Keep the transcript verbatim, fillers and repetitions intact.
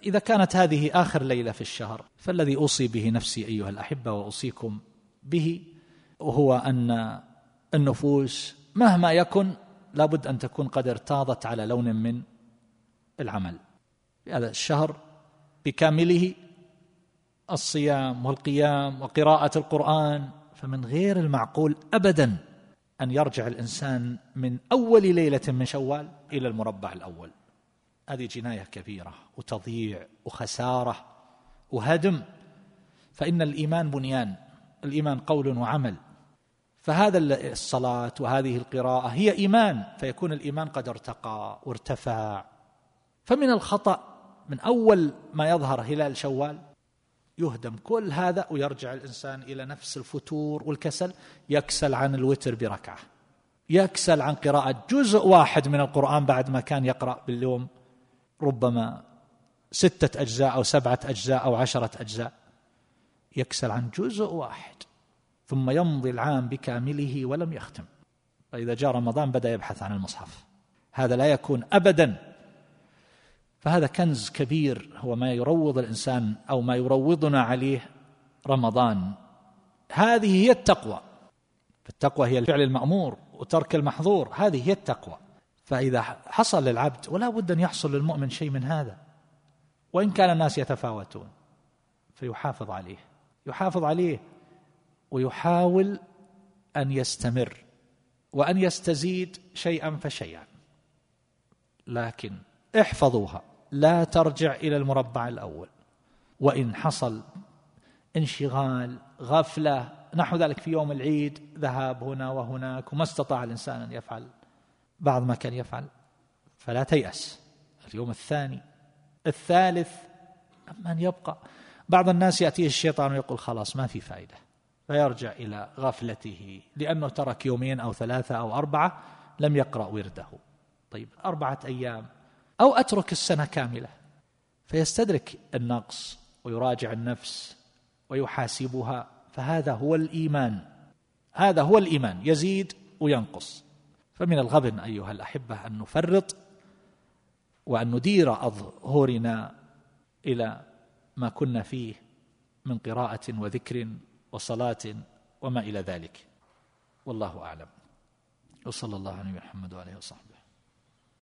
إذا كانت هذه آخر ليلة في الشهر فالذي أوصي به نفسي أيها الأحبة وأوصيكم به وهو أن النفوس مهما يكن لابد أن تكون قد ارتاضت على لون من العمل. هذا الشهر بكامله الصيام والقيام وقراءة القرآن، فمن غير المعقول أبدا أن يرجع الإنسان من أول ليلة من شوال إلى المربع الأول. هذه جناية كبيرة وتضييع وخسارة وهدم، فإن الإيمان بنيان، الإيمان قول وعمل، فهذا الصلاة وهذه القراءة هي إيمان، فيكون الإيمان قد ارتقى وارتفع. فمن الخطأ من أول ما يظهر هلال شوال يهدم كل هذا ويرجع الإنسان إلى نفس الفتور والكسل، يكسل عن الوتر بركعة، يكسل عن قراءة جزء واحد من القرآن بعد ما كان يقرأ باليوم ربما ستة أجزاء أو سبعة أجزاء أو عشرة أجزاء، يكسل عن جزء واحد، ثم يمضي العام بكامله ولم يختم. فإذا جاء رمضان بدأ يبحث عن المصحف، هذا لا يكون أبدا. فهذا كنز كبير هو ما يروض الإنسان أو ما يروضنا عليه رمضان. هذه هي التقوى، التقوى هي الفعل المأمور وترك المحظور، هذه هي التقوى. فإذا حصل للعبد، ولا بد أن يحصل للمؤمن شيء من هذا وإن كان الناس يتفاوتون، فيحافظ عليه يحافظ عليه ويحاول أن يستمر وأن يستزيد شيئا فشيئا، لكن احفظوها، لا ترجع إلى المربع الأول. وإن حصل انشغال غفلة نحو ذلك في يوم العيد، ذهاب هنا وهناك وما استطاع الإنسان أن يفعل بعض ما كان يفعل، فلا تيأس. اليوم الثاني الثالث من يبقى، بعض الناس يأتيه الشيطان ويقول خلاص ما في فائدة، فيرجع إلى غفلته لأنه ترك يومين أو ثلاثة أو أربعة لم يقرأ ورده. طيب أربعة أيام أو أترك السنة كاملة، فيستدرك النقص ويراجع النفس ويحاسبها. فهذا هو الإيمان، هذا هو الإيمان، يزيد وينقص. فمن الغبن أيها الأحبة أن نفرط وأن ندير أظهرنا إلى ما كنا فيه من قراءة وذكر وصلاة وما إلى ذلك، والله أعلم. وصلى الله على محمد وآله وصحبه.